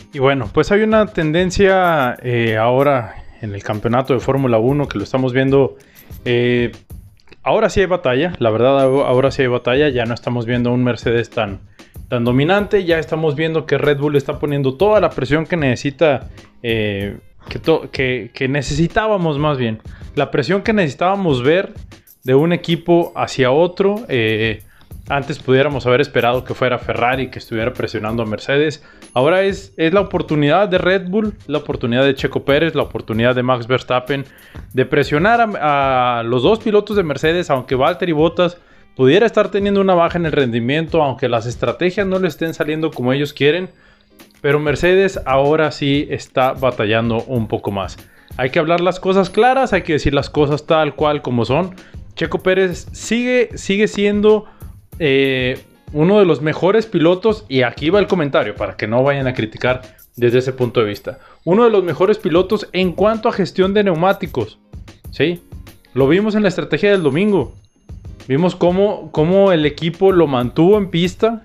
Y bueno, pues hay una tendencia ahora en el campeonato de Fórmula 1 que lo estamos viendo. Ahora sí hay batalla, la verdad, ahora sí hay batalla. Ya no estamos viendo un Mercedes tan dominante. Ya estamos viendo que Red Bull está poniendo toda la presión que necesita, que necesitábamos más bien. La presión que necesitábamos ver de un equipo hacia otro. Antes pudiéramos haber esperado que fuera Ferrari, que estuviera presionando a Mercedes. Ahora es la oportunidad de Red Bull, la oportunidad de Checo Pérez, la oportunidad de Max Verstappen de presionar a los dos pilotos de Mercedes, aunque Valtteri Bottas pudiera estar teniendo una baja en el rendimiento, aunque las estrategias no le estén saliendo como ellos quieren. Pero Mercedes ahora sí está batallando un poco más. Hay que hablar las cosas claras, hay que decir las cosas tal cual como son. Checo Pérez sigue siendo uno de los mejores pilotos, y aquí va el comentario para que no vayan a criticar desde ese punto de vista. Uno de los mejores pilotos en cuanto a gestión de neumáticos, ¿sí? Lo vimos en la estrategia del domingo. Vimos cómo el equipo lo mantuvo en pista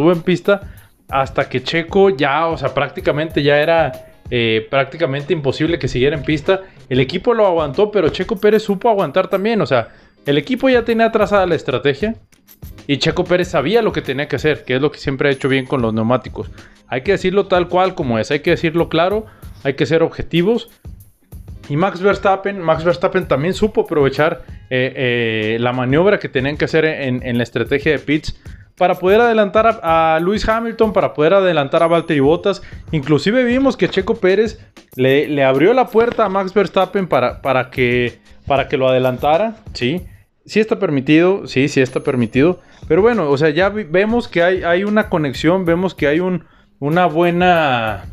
hasta que Checo ya, o sea, prácticamente ya era prácticamente imposible que siguiera en pista. El equipo lo aguantó, pero Checo Pérez supo aguantar también. O sea, el equipo ya tenía trazada la estrategia y Checo Pérez sabía lo que tenía que hacer, que es lo que siempre ha hecho bien con los neumáticos. Hay que decirlo tal cual como es, hay que decirlo claro, hay que ser objetivos. Y Max Verstappen también supo aprovechar la maniobra que tenían que hacer en la estrategia de pits para poder adelantar a Lewis Hamilton, para poder adelantar a Valtteri Bottas. Inclusive vimos que Checo Pérez le abrió la puerta a Max Verstappen para que lo adelantara, ¿sí? Sí está permitido, sí está permitido. Pero bueno, o sea, ya vemos que hay una conexión, vemos que hay una buena...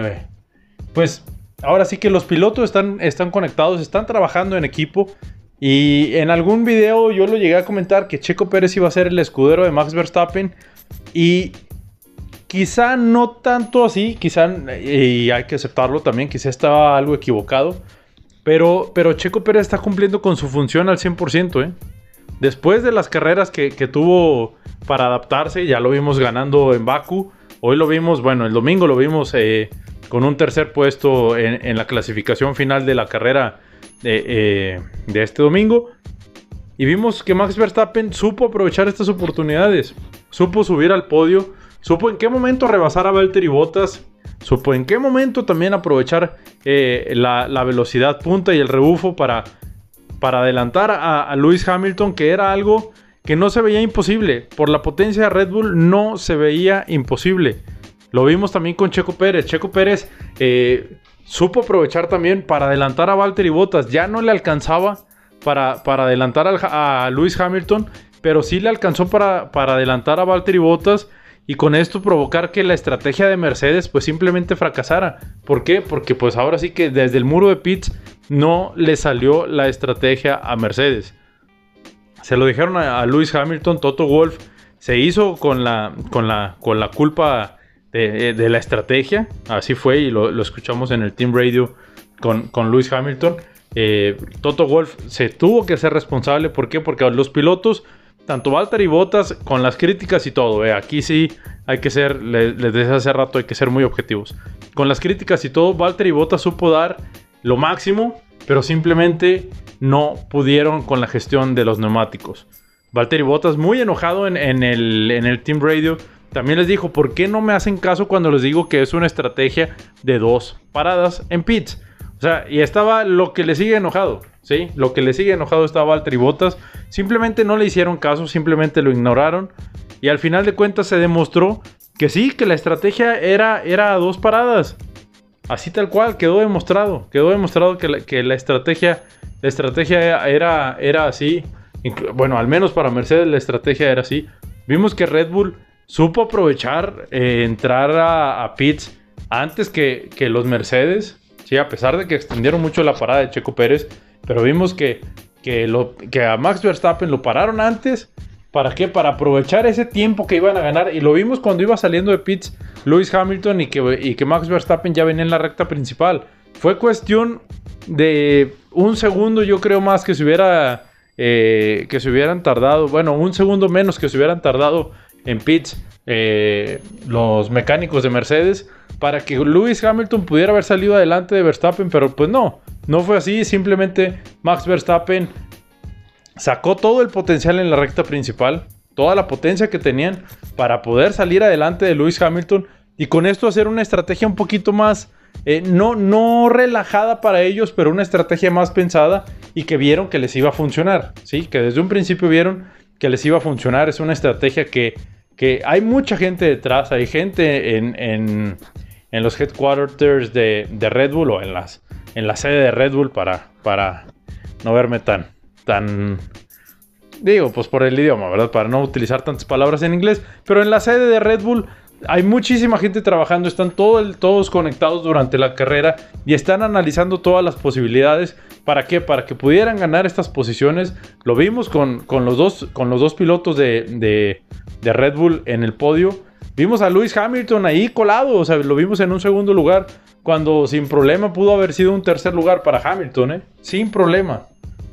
pues ahora sí que los pilotos están conectados, están trabajando en equipo. Y en algún video yo lo llegué a comentar que Checo Pérez iba a ser el escudero de Max Verstappen. Y quizá no tanto así, quizá, y hay que aceptarlo también, quizá estaba algo equivocado. Pero Checo Pérez está cumpliendo con su función al 100%, ¿eh? Después de las carreras que tuvo para adaptarse, ya lo vimos ganando en Bakú. Hoy lo vimos, bueno, el domingo lo vimos con un tercer puesto en la clasificación final de la carrera de este domingo. Y vimos que Max Verstappen supo aprovechar estas oportunidades. Supo subir al podio. Supo en qué momento rebasar a Valtteri Bottas. Supo en qué momento también aprovechar la velocidad punta y el rebufo para adelantar a Lewis Hamilton, que era algo que no se veía imposible. Por la potencia de Red Bull no se veía imposible. Lo vimos también con Checo Pérez. Checo Pérez supo aprovechar también para adelantar a Valtteri Bottas. Ya no le alcanzaba para adelantar a Lewis Hamilton, pero sí le alcanzó para adelantar a Valtteri Bottas. Y con esto provocar que la estrategia de Mercedes pues simplemente fracasara. ¿Por qué? Porque pues ahora sí que desde el muro de pits no le salió la estrategia a Mercedes. Se lo dijeron a Lewis Hamilton. Toto Wolff se hizo con la culpa de la estrategia. Así fue, y lo escuchamos en el Team Radio con Lewis Hamilton. Toto Wolff se tuvo que hacer responsable. ¿Por qué? Porque los pilotos, tanto Valtteri Bottas, con las críticas y todo, aquí sí hay que ser, les decía hace rato, hay que ser muy objetivos. Con las críticas y todo, Valtteri Bottas supo dar lo máximo, pero simplemente no pudieron con la gestión de los neumáticos. Valtteri Bottas, muy enojado en el Team Radio, también les dijo: ¿por qué no me hacen caso cuando les digo que es una estrategia de 2 paradas en pits? O sea, y estaba lo que le sigue enojado, ¿sí? Lo que le sigue enojado estaba Valtteri Bottas. Simplemente no le hicieron caso, simplemente lo ignoraron. Y al final de cuentas se demostró que sí, que la estrategia era a 2 paradas. Así tal cual, quedó demostrado. Quedó demostrado que la estrategia era así. Bueno, al menos para Mercedes la estrategia era así. Vimos que Red Bull supo aprovechar entrar a pits antes que los Mercedes. Sí, a pesar de que extendieron mucho la parada de Checo Pérez, pero vimos que a Max Verstappen lo pararon antes. ¿Para qué? Para aprovechar ese tiempo que iban a ganar. Y lo vimos cuando iba saliendo de pits Lewis Hamilton y que Max Verstappen ya venía en la recta principal. Fue cuestión de un segundo, yo creo, más que se hubieran tardado. Bueno, un segundo menos que se hubieran tardado en pits los mecánicos de Mercedes para que Lewis Hamilton pudiera haber salido adelante de Verstappen, pero pues no fue así. Simplemente Max Verstappen sacó todo el potencial en la recta principal, toda la potencia que tenían para poder salir adelante de Lewis Hamilton y con esto hacer una estrategia un poquito más, no relajada para ellos, pero una estrategia más pensada y que vieron que les iba a funcionar, ¿sí? Que desde un principio vieron que les iba a funcionar. Es una estrategia que hay mucha gente detrás, hay gente en los headquarters de Red Bull o en la sede de Red Bull para no verme tan digo, pues por el idioma, ¿verdad? Para no utilizar tantas palabras en inglés, pero en la sede de Red Bull hay muchísima gente trabajando, están todos conectados durante la carrera y están analizando todas las posibilidades. ¿Para qué? Para que pudieran ganar estas posiciones. Lo vimos con los dos pilotos de Red Bull en el podio. Vimos a Lewis Hamilton ahí colado, o sea, lo vimos en un segundo lugar, cuando sin problema pudo haber sido un tercer lugar para Hamilton, Sin problema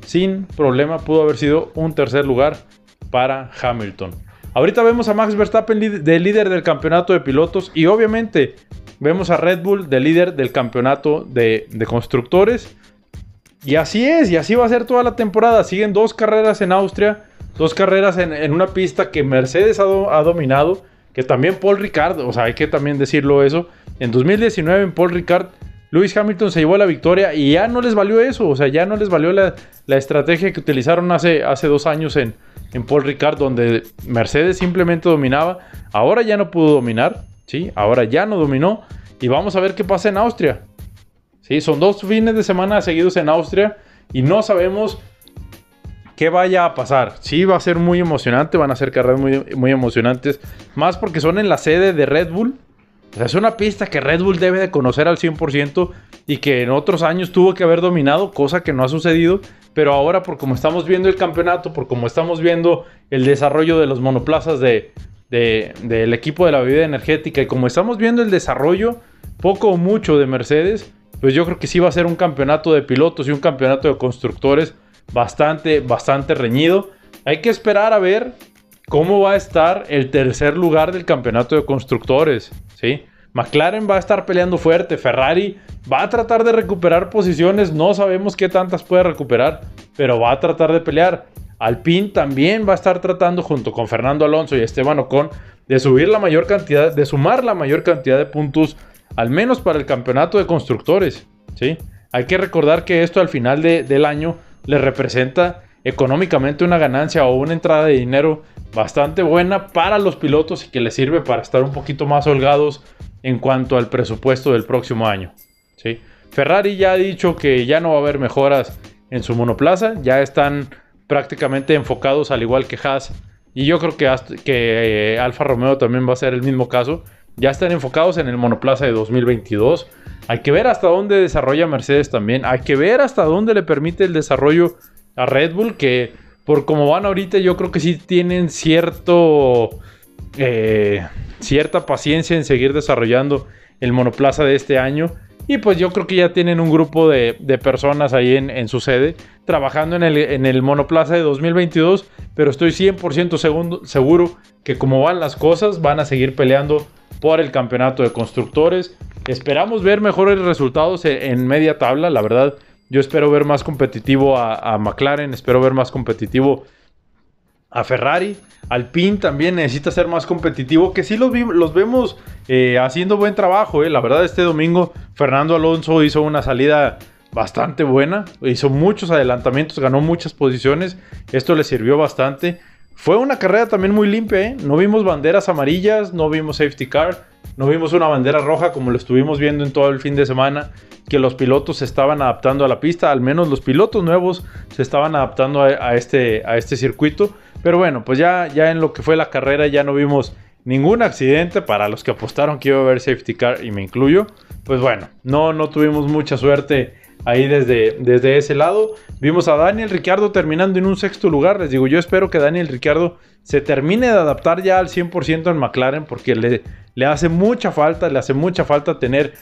pudo haber sido un tercer lugar para Hamilton. Ahorita vemos a Max Verstappen de líder del campeonato de pilotos y obviamente vemos a Red Bull de líder del campeonato de constructores. Y así es, y así va a ser toda la temporada. Siguen 2 carreras en Austria, 2 carreras en una pista que Mercedes ha dominado, que también Paul Ricard, o sea, hay que también decirlo eso. En 2019 en Paul Ricard, Lewis Hamilton se llevó la victoria y ya no les valió eso, o sea, ya no les valió la estrategia que utilizaron hace 2 años en Paul Ricard, donde Mercedes simplemente dominaba. Ahora ya no pudo dominar, ¿sí? Ahora ya no dominó y vamos a ver qué pasa en Austria. Sí, son 2 fines de semana seguidos en Austria y no sabemos qué vaya a pasar. Sí, va a ser muy emocionante, van a ser carreras muy, muy emocionantes, más porque son en la sede de Red Bull. O sea, es una pista que Red Bull debe de conocer al 100% y que en otros años tuvo que haber dominado, cosa que no ha sucedido. Pero ahora, por como estamos viendo el campeonato, por como estamos viendo el desarrollo de los monoplazas del equipo de la bebida energética y como estamos viendo el desarrollo, poco o mucho de Mercedes, pues yo creo que sí va a ser un campeonato de pilotos y un campeonato de constructores bastante reñido. Hay que esperar a ver cómo va a estar el tercer lugar del campeonato de constructores, ¿sí? McLaren va a estar peleando fuerte, Ferrari va a tratar de recuperar posiciones, no sabemos qué tantas puede recuperar, pero va a tratar de pelear. Alpine también va a estar tratando, junto con Fernando Alonso y Esteban Ocon, de sumar la mayor cantidad de puntos, al menos para el campeonato de constructores, ¿sí? Hay que recordar que esto al final del año le representa económicamente una ganancia o una entrada de dinero bastante buena para los pilotos y que les sirve para estar un poquito más holgados en cuanto al presupuesto del próximo año, ¿sí? Ferrari ya ha dicho que ya no va a haber mejoras en su monoplaza, ya están prácticamente enfocados al igual que Haas y yo creo que Alfa Romeo también va a ser el mismo caso. Ya están enfocados en el monoplaza de 2022. Hay que ver hasta dónde desarrolla Mercedes también. Hay que ver hasta dónde le permite el desarrollo a Red Bull, que por como van ahorita yo creo que sí tienen cierta paciencia en seguir desarrollando el monoplaza de este año. Y pues yo creo que ya tienen un grupo de personas ahí en su sede trabajando en el monoplaza de 2022. Pero estoy 100% seguro que como van las cosas van a seguir peleando por el campeonato de constructores. Esperamos ver mejores resultados en media tabla. La verdad, yo espero ver más competitivo a McLaren, espero ver más competitivo a Ferrari. Alpine también necesita ser más competitivo, que sí los vemos haciendo buen trabajo. La verdad, este domingo Fernando Alonso hizo una salida bastante buena, hizo muchos adelantamientos, ganó muchas posiciones, esto le sirvió bastante. Fue una carrera también muy limpia, No vimos banderas amarillas, no vimos safety car, no vimos una bandera roja como lo estuvimos viendo en todo el fin de semana, que los pilotos se estaban adaptando a la pista, al menos los pilotos nuevos se estaban adaptando a este circuito. Pero bueno, pues ya en lo que fue la carrera ya no vimos ningún accidente. Para los que apostaron que iba a haber safety car, y me incluyo, pues bueno, no tuvimos mucha suerte ahí desde ese lado. Vimos a Daniel Ricciardo terminando en un 6º lugar. Les digo, yo espero que Daniel Ricciardo se termine de adaptar ya al 100% en McLaren, porque le hace mucha falta tener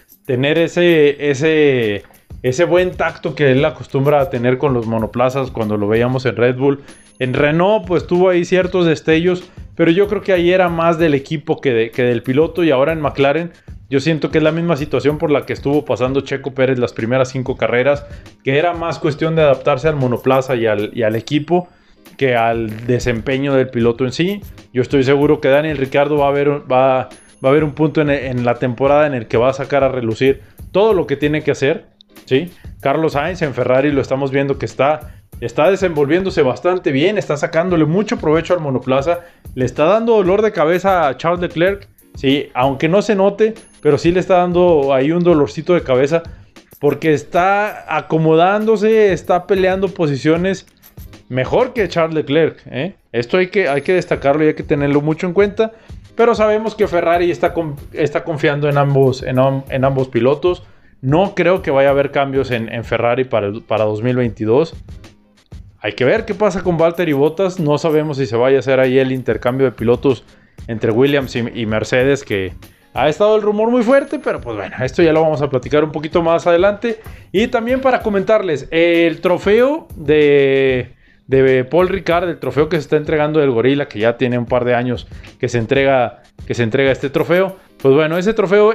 ese buen tacto que él acostumbra a tener con los monoplazas cuando lo veíamos en Red Bull. En Renault pues tuvo ahí ciertos destellos, pero yo creo que ahí era más del equipo que del piloto, y ahora en McLaren yo siento que es la misma situación por la que estuvo pasando Checo Pérez las primeras 5 carreras, que era más cuestión de adaptarse al monoplaza y al equipo que al desempeño del piloto en sí. Yo estoy seguro que Daniel Ricciardo va a haber un punto en la temporada en el que va a sacar a relucir todo lo que tiene que hacer, ¿sí? Carlos Sainz en Ferrari lo estamos viendo que está desenvolviéndose bastante bien, está sacándole mucho provecho al monoplaza, le está dando dolor de cabeza a Charles Leclerc, sí, aunque no se note, pero sí le está dando ahí un dolorcito de cabeza, porque está acomodándose, está peleando posiciones mejor que Charles Leclerc, ¿eh? Esto hay que destacarlo y hay que tenerlo mucho en cuenta, pero sabemos que Ferrari está confiando en ambos pilotos. No creo que vaya a haber cambios en Ferrari para 2022. Hay que ver qué pasa con Valtteri Bottas. No sabemos si se vaya a hacer ahí el intercambio de pilotos entre Williams y Mercedes, que ha estado el rumor muy fuerte, pero pues bueno, esto ya lo vamos a platicar un poquito más adelante. Y también para comentarles, el trofeo de Paul Ricard, el trofeo que se está entregando del Gorila, que ya tiene un par de años que se entrega este trofeo. Pues bueno, ese trofeo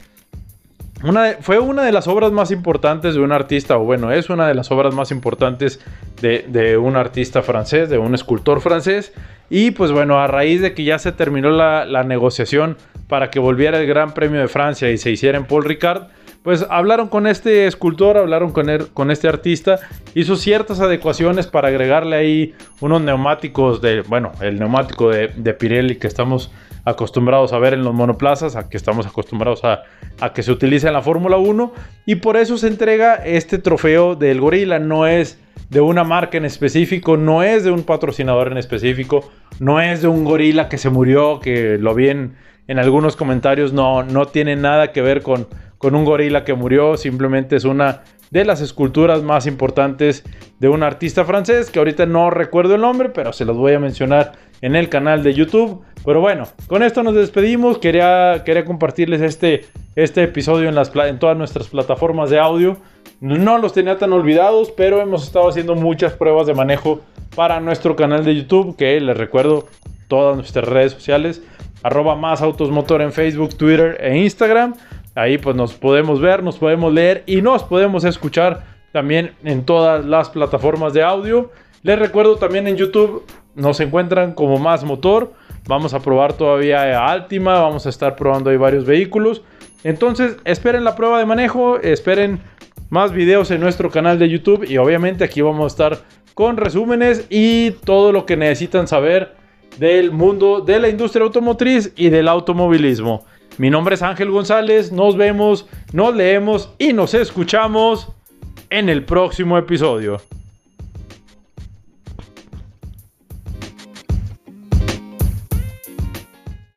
fue una de las obras más importantes de un artista, o bueno, es una de las obras más importantes de un artista francés, de un escultor francés. Y pues bueno, a raíz de que ya se terminó la negociación para que volviera el Gran Premio de Francia y se hiciera en Paul Ricard, pues hablaron con este escultor, hablaron con este artista, hizo ciertas adecuaciones para agregarle ahí unos neumáticos el neumático de Pirelli que estamos acostumbrados a ver en los monoplazas, a que estamos acostumbrados a que se utilice en la Fórmula 1, y por eso se entrega este trofeo del Gorila. No es de una marca en específico, no es de un patrocinador en específico, no es de un gorila que se murió, que lo vi en algunos comentarios, no tiene nada que ver con un gorila que murió, simplemente es una de las esculturas más importantes de un artista francés, que ahorita no recuerdo el nombre, pero se los voy a mencionar en el canal de YouTube. Pero bueno, con esto nos despedimos. Quería compartirles este episodio en todas nuestras plataformas de audio. No los tenía tan olvidados, pero hemos estado haciendo muchas pruebas de manejo para nuestro canal de YouTube, que les recuerdo, todas nuestras redes sociales, @masautosmotor en Facebook, Twitter e Instagram. Ahí pues nos podemos ver, nos podemos leer y nos podemos escuchar también en todas las plataformas de audio. Les recuerdo también en YouTube nos encuentran como Más Motor. Vamos a probar todavía Altima, vamos a estar probando ahí varios vehículos. Entonces esperen la prueba de manejo, esperen más videos en nuestro canal de YouTube, y obviamente aquí vamos a estar con resúmenes y todo lo que necesitan saber del mundo de la industria automotriz y del automovilismo. Mi nombre es Ángel González, nos vemos, nos leemos y nos escuchamos en el próximo episodio.